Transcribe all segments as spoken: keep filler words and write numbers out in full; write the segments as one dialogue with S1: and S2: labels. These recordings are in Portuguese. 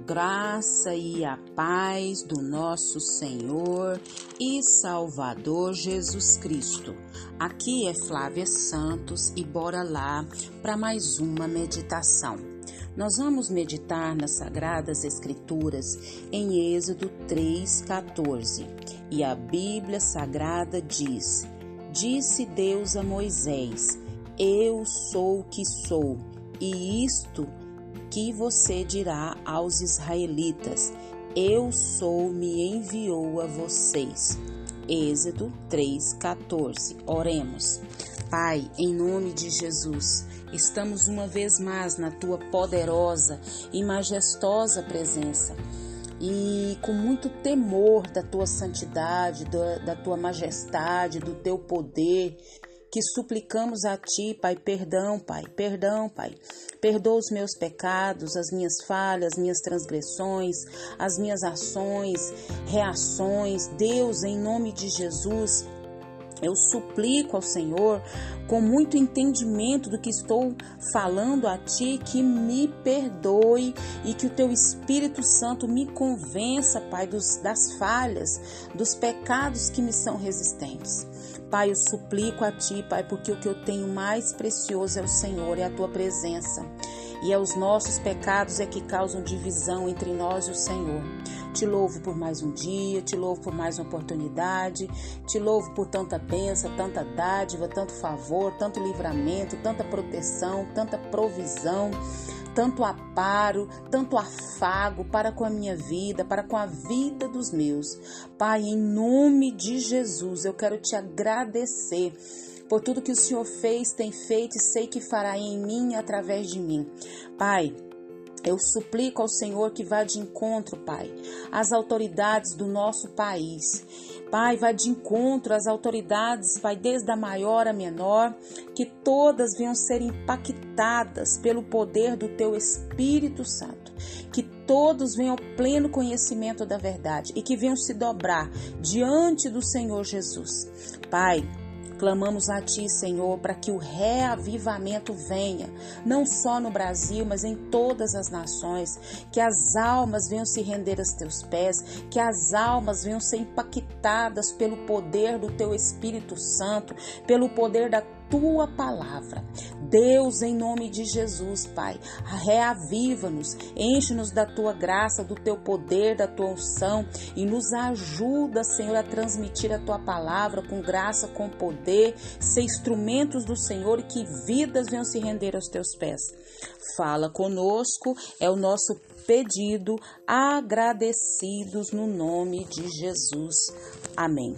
S1: graça e a paz do nosso Senhor e Salvador Jesus Cristo. Aqui é Flávia Santos e bora lá para mais uma meditação. Nós vamos meditar nas Sagradas Escrituras em Êxodo três, quatorze. E a Bíblia Sagrada diz: Disse Deus a Moisés: Eu sou o que sou, e isto que você dirá aos israelitas: Eu sou, me enviou a vocês. Êxodo três, quatorze. Oremos. Pai, em nome de Jesus, estamos uma vez mais na Tua poderosa e majestosa presença e com muito temor da Tua santidade, da, da Tua majestade, do Teu poder, que suplicamos a Ti, Pai, perdão, Pai, perdão, Pai. Perdoa os meus pecados, as minhas falhas, minhas transgressões, as minhas ações, reações. Deus, em nome de Jesus, eu suplico ao Senhor, com muito entendimento do que estou falando a Ti, que me perdoe e que o Teu Espírito Santo me convença, Pai, dos, das falhas, dos pecados que me são resistentes. Pai, eu suplico a Ti, Pai, porque o que eu tenho mais precioso é o Senhor, é a Tua presença. E é os nossos pecados é que causam divisão entre nós e o Senhor. Te louvo por mais um dia, te louvo por mais uma oportunidade, te louvo por tanta bênção, tanta dádiva, tanto favor, tanto livramento, tanta proteção, tanta provisão, tanto amparo, tanto afago para com a minha vida, para com a vida dos meus. Pai, em nome de Jesus, eu quero te agradecer por tudo que o Senhor fez, tem feito e sei que fará em mim e através de mim. Pai, eu suplico ao Senhor que vá de encontro, Pai, às autoridades do nosso país. Pai, vá de encontro às autoridades, Pai, desde a maior a menor, que todas venham ser impactadas pelo poder do Teu Espírito Santo. Que todos venham ao pleno conhecimento da verdade e que venham se dobrar diante do Senhor Jesus. Pai, clamamos a Ti, Senhor, para que o reavivamento venha, não só no Brasil, mas em todas as nações, que as almas venham se render aos Teus pés, que as almas venham ser impactadas pelo poder do Teu Espírito Santo, pelo poder da Tua palavra. Deus, em nome de Jesus, Pai, reaviva-nos, enche-nos da Tua graça, do Teu poder, da Tua unção e nos ajuda, Senhor, a transmitir a Tua palavra com graça, com poder, ser instrumentos do Senhor e que vidas venham se render aos Teus pés. Fala conosco, é o nosso pedido, agradecidos no nome de Jesus. Amém.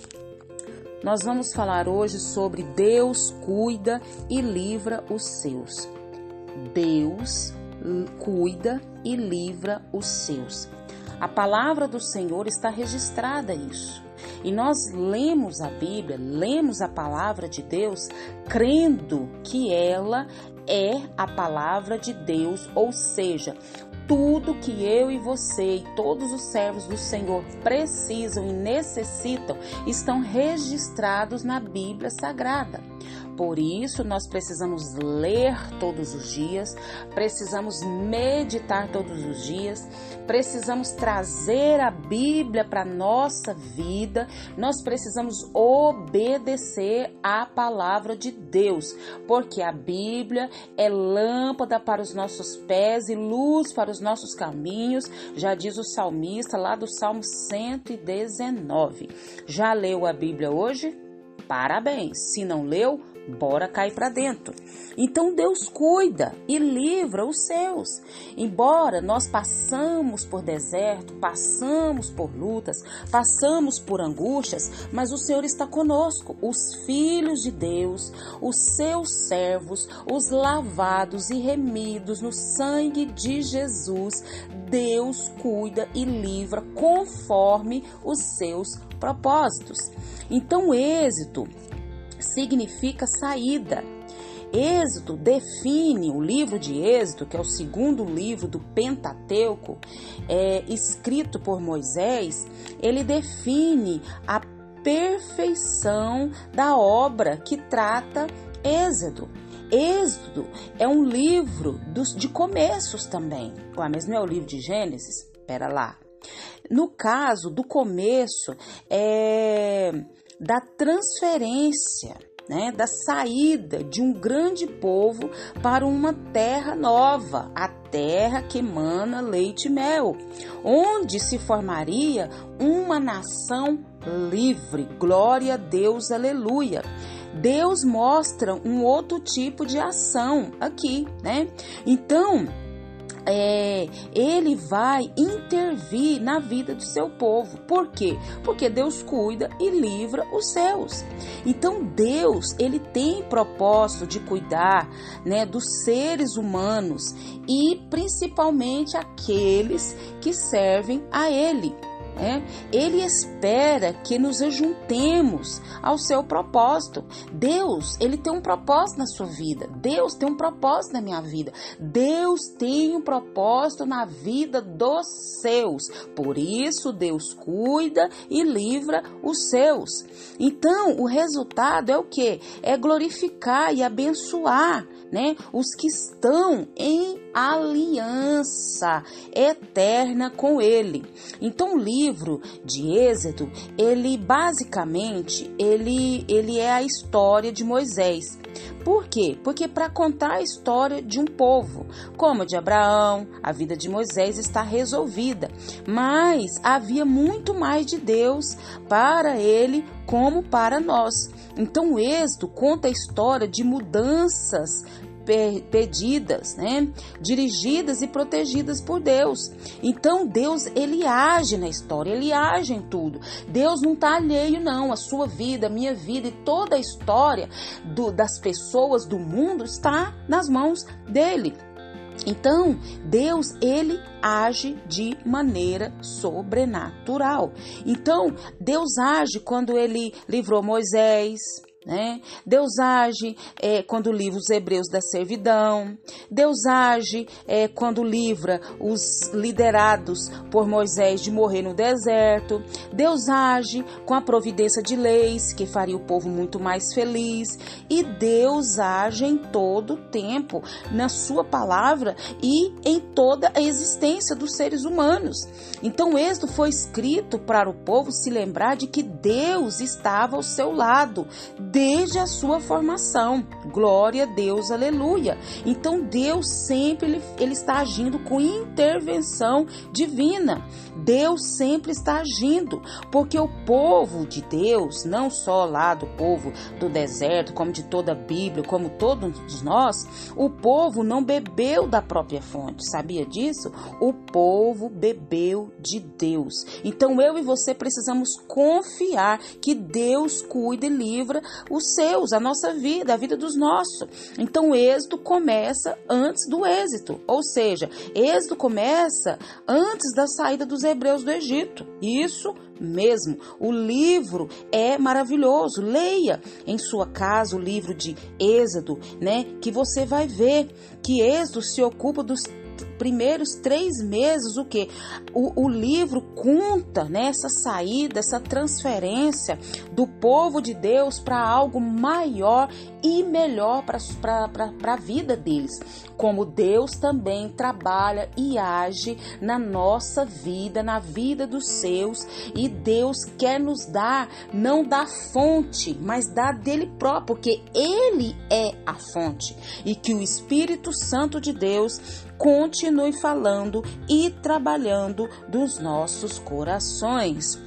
S1: Nós vamos falar hoje sobre Deus cuida e livra os seus. Deus cuida e livra os seus. A palavra do Senhor está registrada isso. E nós lemos a Bíblia, lemos a palavra de Deus, crendo que ela é a palavra de Deus, ou seja, tudo que eu e você e todos os servos do Senhor precisam e necessitam estão registrados na Bíblia Sagrada. Por isso, nós precisamos ler todos os dias, precisamos meditar todos os dias, precisamos trazer a Bíblia para a nossa vida, nós precisamos obedecer à palavra de Deus, porque a Bíblia é lâmpada para os nossos pés e luz para os nossos caminhos, já diz o salmista lá do Salmo cento e dezenove. Já leu a Bíblia hoje? Parabéns! Se não leu, bora cair para dentro. Então Deus cuida e livra os seus. Embora nós passamos por deserto, passamos por lutas, passamos por angústias, mas o Senhor está conosco. Os filhos de Deus, os seus servos, os lavados e remidos no sangue de Jesus, Deus cuida e livra conforme os seus propósitos. Então, êxito significa saída. Êxodo define, o livro de Êxodo, que é o segundo livro do Pentateuco, é, escrito por Moisés, ele define a perfeição da obra que trata Êxodo. Êxodo é um livro dos, de começos também. Ué, mas não é o livro de Gênesis? Pera lá. No caso do começo, é da transferência, né, da saída de um grande povo para uma terra nova, a terra que emana leite e mel, onde se formaria uma nação livre. Glória a Deus, aleluia. Deus mostra um outro tipo de ação aqui, né? Então, É, ele vai intervir na vida do seu povo. Por quê? Porque Deus cuida e livra os seus. Então Deus, ele tem propósito de cuidar, né, dos seres humanos e principalmente aqueles que servem a ele. É, ele espera que nos ajuntemos ao seu propósito. Deus, ele tem um propósito na sua vida. Deus tem um propósito na minha vida. Deus tem um propósito na vida dos seus. Por isso, Deus cuida e livra os seus. Então, o resultado é o quê? É glorificar e abençoar, né, os que estão em aliança eterna com ele. Então, o livro de Êxodo, ele basicamente, ele, ele é a história de Moisés. Por quê? Porque para contar a história de um povo, como a de Abraão, a vida de Moisés está resolvida. Mas havia muito mais de Deus para ele como para nós. Então, o Êxodo conta a história de mudanças pedidas, né? Dirigidas e protegidas por Deus. Então Deus, ele age na história, ele age em tudo. Deus não está alheio não, a sua vida, a minha vida e toda a história do, das pessoas do mundo está nas mãos dele. Então, Deus, ele age de maneira sobrenatural. Então, Deus age quando ele livrou Moisés, né? Deus age é, quando livra os hebreus da servidão. Deus age é, quando livra os liderados por Moisés de morrer no deserto. Deus age com a providência de leis que faria o povo muito mais feliz. E Deus age em todo o tempo na sua palavra e em toda a existência dos seres humanos. Então o Êxodo foi escrito para o povo se lembrar de que Deus estava ao seu lado desde a sua formação. Glória a Deus, aleluia. Então Deus sempre ele, ele está agindo com intervenção divina. Deus sempre está agindo, porque o povo de Deus, não só lá do povo do deserto, como de toda a Bíblia, como todos nós, o povo não bebeu da própria fonte, sabia disso? O povo bebeu de Deus. Então eu e você precisamos confiar que Deus cuida e livra os seus, a nossa vida, a vida dos nossos. Então o êxito começa antes do êxito, ou seja, êxito começa antes da saída dos hebreus do Egito. Isso mesmo, o livro é maravilhoso. Leia em sua casa o livro de Êxodo, né? Que você vai ver que Êxodo se ocupa dos primeiros três meses. O que? O, o livro conta, né, essa saída, essa transferência do povo de Deus para algo maior e melhor para a vida deles. Como Deus também trabalha e age na nossa vida, na vida dos seus. E Deus quer nos dar, não da fonte, mas da dele próprio, porque Ele é a fonte. E que o Espírito Santo de Deus continue falando e trabalhando dos nossos corações.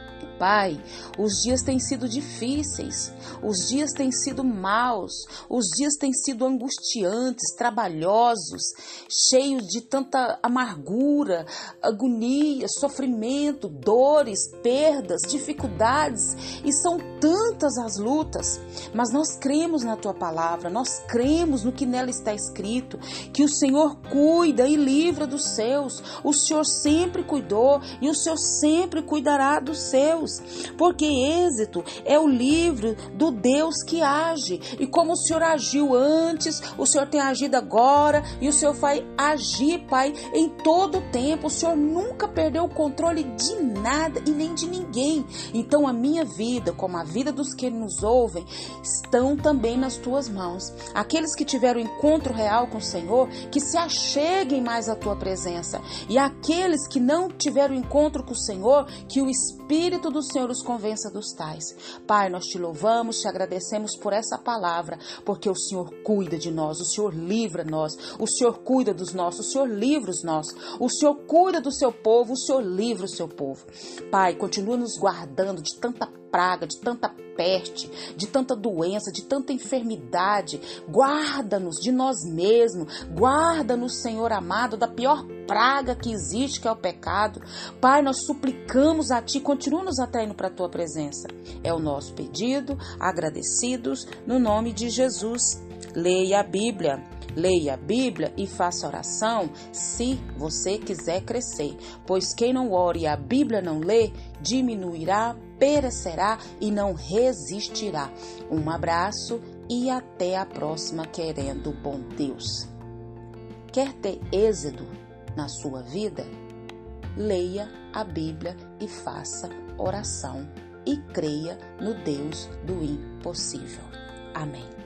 S1: Pai, os dias têm sido difíceis, os dias têm sido maus, os dias têm sido angustiantes, trabalhosos, cheios de tanta amargura, agonia, sofrimento, dores, perdas, dificuldades, e são tantas as lutas, mas nós cremos na Tua palavra, nós cremos no que nela está escrito, que o Senhor cuida e livra dos seus, o Senhor sempre cuidou e o Senhor sempre cuidará dos seus. Deus, porque Êxodo é o livro do Deus que age, e como o Senhor agiu antes, o Senhor tem agido agora, e o Senhor vai agir, Pai, em todo o tempo. O Senhor nunca perdeu o controle de nada e nem de ninguém. Então a minha vida, como a vida dos que nos ouvem, estão também nas tuas mãos. Aqueles que tiveram encontro real com o Senhor, que se acheguem mais à tua presença, e aqueles que não tiveram encontro com o Senhor, que o Espírito do Senhor os convença dos tais. Pai, nós te louvamos, te agradecemos por essa palavra, porque o Senhor cuida de nós, o Senhor livra nós, o Senhor cuida dos nossos, o Senhor livra os nossos, o Senhor cuida do seu povo, o Senhor livra o seu povo. Pai, continua nos guardando de tanta praga, de tanta peste, de tanta doença, de tanta enfermidade. Guarda-nos de nós mesmos, guarda-nos, Senhor amado, da pior praga que existe, que é o pecado. Pai, nós suplicamos a Ti, continua nos atraindo para a Tua presença. É o nosso pedido, agradecidos, no nome de Jesus. Leia a Bíblia. Leia a Bíblia e faça oração se você quiser crescer, pois quem não ore e a Bíblia não lê, diminuirá, perecerá e não resistirá. Um abraço e até a próxima, querendo o bom Deus. Quer ter êxito na sua vida? Leia a Bíblia e faça oração e creia no Deus do impossível. Amém.